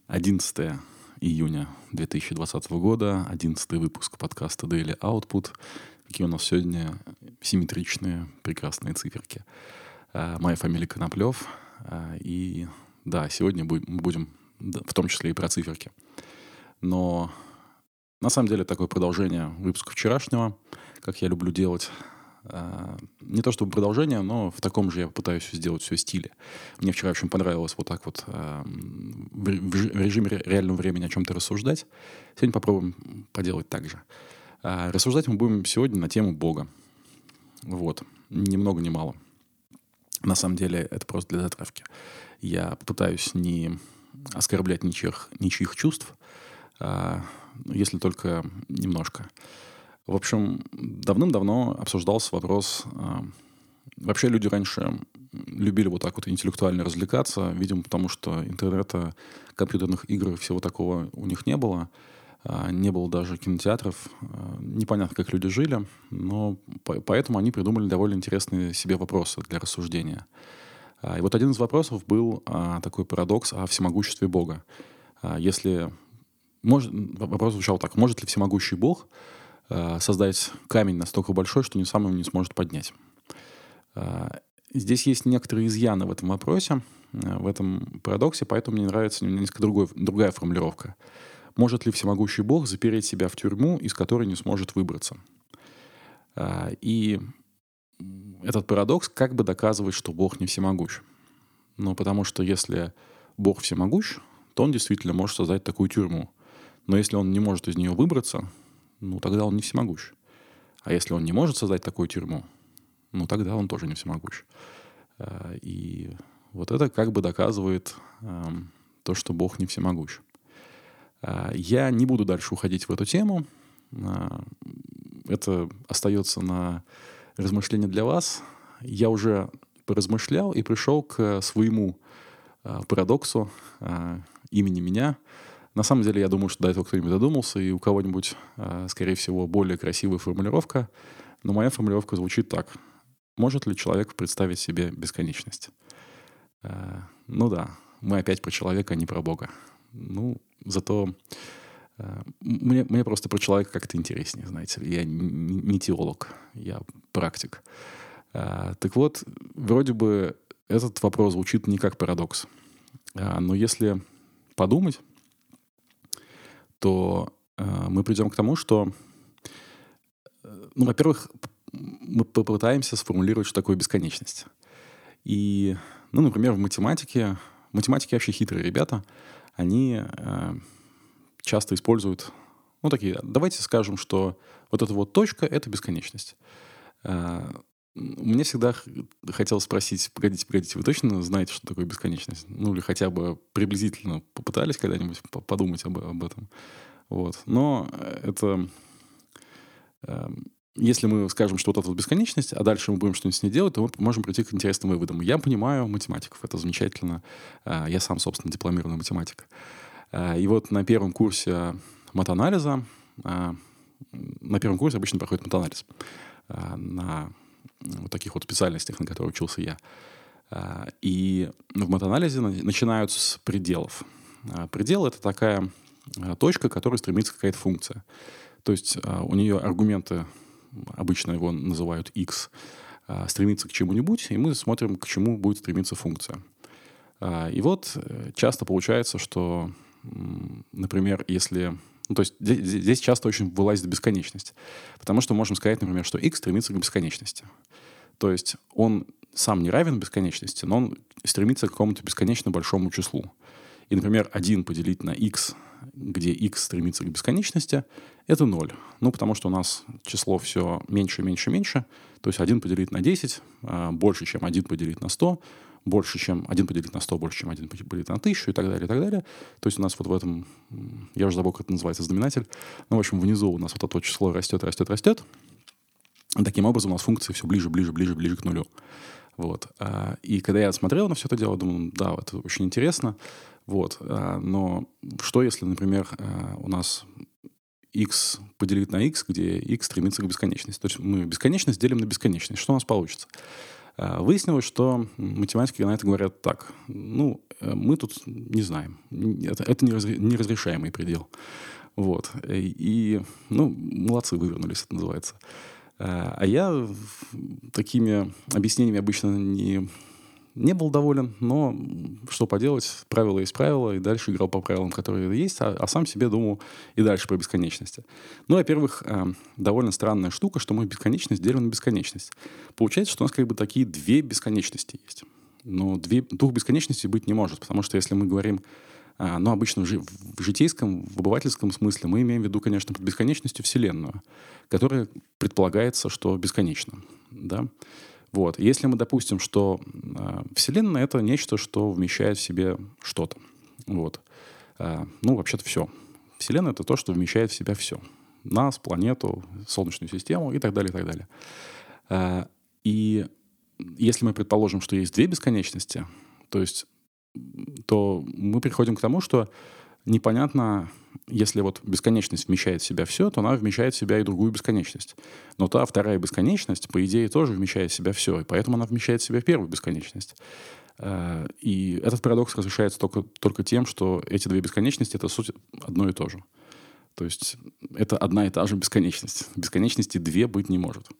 11 июня 2020 года, 11 выпуск подкаста Daily Output. Какие у нас сегодня симметричные, прекрасные циферки. Моя фамилия Коноплев. И да, сегодня мы будем в том числе и про циферки. Но на самом деле такое продолжение выпуска вчерашнего, как я люблю делать. Не то чтобы продолжение, но в таком же я пытаюсь сделать все стиле. Мне вчера очень понравилось вот так вот в режиме реального времени о чем-то рассуждать. Сегодня попробуем поделать так же. Рассуждать мы будем сегодня на тему Бога. Вот. Ни много ни мало. На самом деле это просто для затравки. Я попытаюсь не оскорблять ничьих чувств, если только немножко. В общем, давным-давно обсуждался вопрос. Вообще люди раньше любили вот так вот интеллектуально развлекаться, видимо, потому что интернета, компьютерных игр, всего такого у них не было. Не было даже кинотеатров. Непонятно, как люди жили, но поэтому они придумали довольно интересные себе вопросы для рассуждения. И вот один из вопросов был такой парадокс о всемогуществе Бога. Вопрос звучал так: может ли всемогущий Бог создать камень настолько большой, что сам его не сможет поднять? Здесь есть некоторые изъяны в этом вопросе, в этом парадоксе, поэтому мне нравится несколько другая формулировка. Может ли всемогущий Бог запереть себя в тюрьму, из которой не сможет выбраться? И этот парадокс как бы доказывает, что Бог не всемогущ. Потому что если Бог всемогущ, то он действительно может создать такую тюрьму. Но если он не может из нее выбраться, тогда он не всемогущ. А если он не может создать такую тюрьму, тогда он тоже не всемогущ. И вот это как бы доказывает то, что Бог не всемогущ. Я не буду дальше уходить в эту тему. Это остается на размышление для вас. Я уже поразмышлял и пришел к своему парадоксу имени меня. На самом деле, я думаю, что до этого кто-нибудь додумался, и у кого-нибудь, скорее всего, более красивая формулировка. Но моя формулировка звучит так: может ли человек представить себе бесконечность? Да, мы опять про человека, а не про Бога. Зато мне просто про человека как-то интереснее, знаете ли. Я не теолог, я практик. Так вот, вроде бы этот вопрос звучит не как парадокс. Но если подумать, то мы придем к тому, что, во-первых, мы попытаемся сформулировать, что такое бесконечность. И, например, в математике вообще хитрые ребята, они часто используют, давайте скажем, что вот эта вот точка — это бесконечность. Мне всегда хотелось спросить: погодите, вы точно знаете, что такое бесконечность? Или хотя бы приблизительно попытались когда-нибудь подумать об этом? Вот. Но это... Если мы скажем, что вот это вот бесконечность, а дальше мы будем что-нибудь с ней делать, то мы можем прийти к интересным выводам. Я понимаю математиков, это замечательно. Я сам, собственно, дипломированный математик. И вот на первом курсе матанализа, на первом курсе обычно проходит матанализ на вот таких вот специальностях, на которых учился я. И в матанализе начинают с пределов. Предел — это такая точка, к которой стремится какая-то функция. То есть у нее аргументы, обычно его называют x, стремится к чему-нибудь, и мы смотрим, к чему будет стремиться функция. И вот часто получается, что, например, если... то есть здесь часто очень вылазит бесконечность. Потому что можем сказать, например, что x стремится к бесконечности. То есть он сам не равен бесконечности, но он стремится к какому-то бесконечно большому числу. И, например, 1 поделить на x, где x стремится к бесконечности, это 0. Потому что у нас число все меньше, меньше, меньше. То есть 1 поделить на 10 больше, чем 1 поделить на 100, больше, чем 1 поделить на 100, больше, чем 1 поделить на 1000 и так далее, и так далее. То есть у нас вот в этом, я уже забыл, как это называется, знаменатель. В общем, внизу у нас вот это число растет, растет, растет. И таким образом у нас функции все ближе, ближе, ближе, ближе к нулю. Вот. И когда я смотрел на все это дело, думал, да, это очень интересно. Вот. Но что если, например, у нас x поделить на x, где x стремится к бесконечности? То есть мы бесконечность делим на бесконечность. Что у нас получится? Выяснилось, что математики на это говорят так. Ну, мы тут не знаем. Это неразрешаемый предел. Вот. И, ну, молодцы, вывернулись, это называется. А я такими объяснениями обычно не был доволен, но что поделать, правило есть правило, и дальше играл по правилам, которые есть, а сам себе думал и дальше про бесконечности. Ну, во-первых, довольно странная штука, что мы бесконечность делим на бесконечность. Получается, что у нас как бы такие две бесконечности есть. Но двух бесконечностей быть не может, потому что если мы говорим, ну, обычно в житейском, в обывательском смысле мы имеем в виду, конечно, под бесконечностью Вселенную, которая предполагается, что бесконечна, да. Вот. Если мы допустим, что Вселенная — это нечто, что вмещает в себе что-то. Вот. Ну, вообще-то все. Вселенная — это то, что вмещает в себя все. Нас, планету, Солнечную систему и так далее, и так далее. И если мы предположим, что есть две бесконечности, то мы приходим к тому, что непонятно, если вот бесконечность вмещает в себя все, то она вмещает в себя и другую бесконечность. Но та вторая бесконечность, по идее, тоже вмещает в себя все, и поэтому она вмещает в себя первую бесконечность. И этот парадокс разрешается только тем, что эти две бесконечности — это суть одно и то же. То есть это одна и та же бесконечность. Бесконечности две быть не может.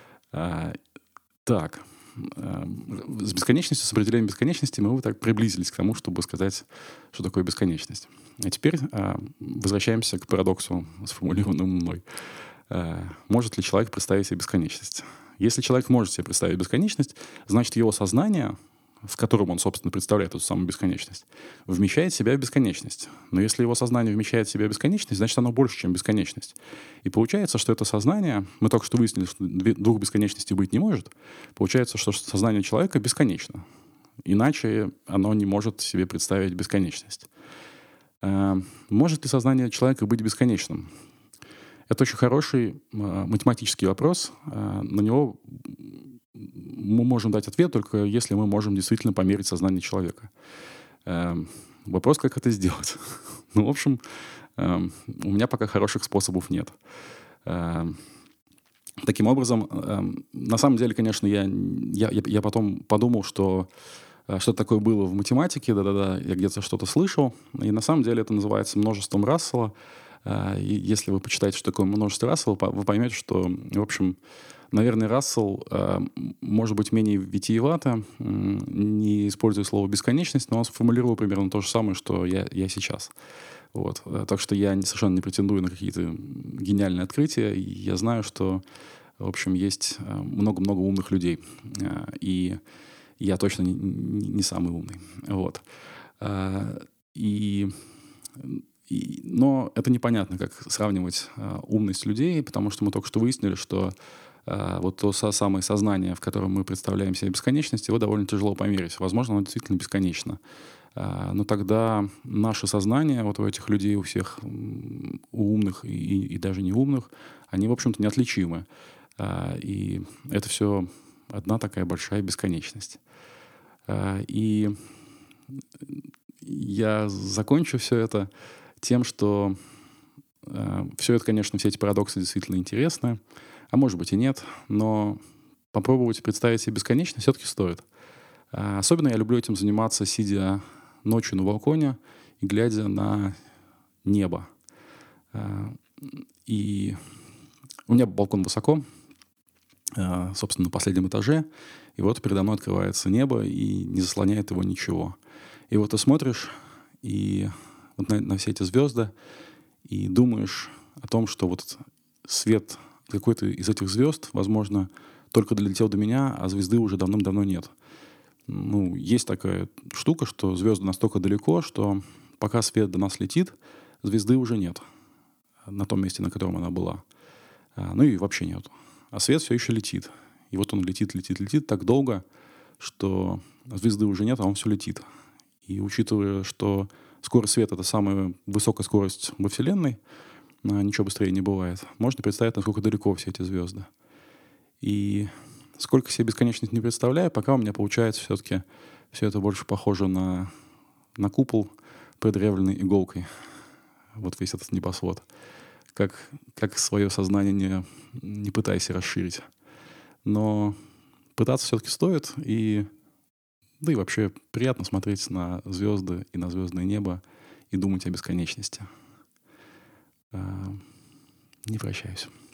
Так. С бесконечностью, с определением бесконечности мы вот так приблизились к тому, чтобы сказать, что такое бесконечность. А теперь возвращаемся к парадоксу, сформулированному мной. Может ли человек представить себе бесконечность? Если человек может себе представить бесконечность, значит, его сознание, в котором он, собственно, представляет эту самую бесконечность, вмещает в себя бесконечность. Но если его сознание вмещает в себя бесконечность, значит, оно больше, чем бесконечность. И получается, что это сознание, мы только что выяснили, что двух бесконечностей быть не может, получается, что сознание человека бесконечно. Иначе оно не может себе представить бесконечность. Может ли сознание человека быть бесконечным? Это очень хороший математический вопрос. На него мы можем дать ответ только если мы можем действительно померить сознание человека. Вопрос, как это сделать. Ну, в общем, у меня пока хороших способов нет. Таким образом, на самом деле, конечно, я потом подумал, что что такое было в математике, да-да-да, я где-то что-то слышал, и на самом деле это называется множеством Рассела. И если вы почитаете, что такое множество Рассела, вы поймете, что, в общем, наверное, Рассел может быть менее витиевато, не используя слово «бесконечность», но он сформулировал примерно то же самое, что я сейчас. Вот. Так что я совершенно не претендую на какие-то гениальные открытия. Я знаю, что, в общем, есть много-много умных людей. И я точно не самый умный. Вот. Но это непонятно, как сравнивать умность людей, потому что мы только что выяснили, что вот то самое сознание, в котором мы представляем себе бесконечность, его довольно тяжело померить. Возможно, оно действительно бесконечно. Но тогда наше сознание, вот у этих людей, у всех, у умных и даже не умных, они, в общем-то, неотличимы. И это все одна такая большая бесконечность. И я закончу все это тем, что все это, конечно, все эти парадоксы действительно интересны, а может быть и нет, но попробовать представить себе бесконечность все-таки стоит. Особенно я люблю этим заниматься, сидя ночью на балконе и глядя на небо. И у меня балкон высоко, собственно, на последнем этаже, и вот передо мной открывается небо, и не заслоняет его ничего. И вот ты смотришь и вот на все эти звезды и думаешь о том, что вот свет какой-то из этих звезд, возможно, только долетел до меня, а звезды уже давным-давно нет. Ну, есть такая штука, что звезды настолько далеко, что пока свет до нас летит, звезды уже нет на том месте, на котором она была. Ну и вообще нет. А свет все еще летит. И вот он летит так долго, что звезды уже нет, а он все летит. И учитывая, что скорость света — это самая высокая скорость во Вселенной, ничего быстрее не бывает, можно представить, насколько далеко все эти звезды. И сколько себе бесконечность не представляю, пока у меня получается все-таки все это больше похоже на купол, продырявленный иголкой. Вот весь этот небосвод. Как свое сознание не пытайся расширить. Но пытаться все-таки стоит. Да и вообще приятно смотреть на звезды и на звездное небо и думать о бесконечности. Не прощаюсь.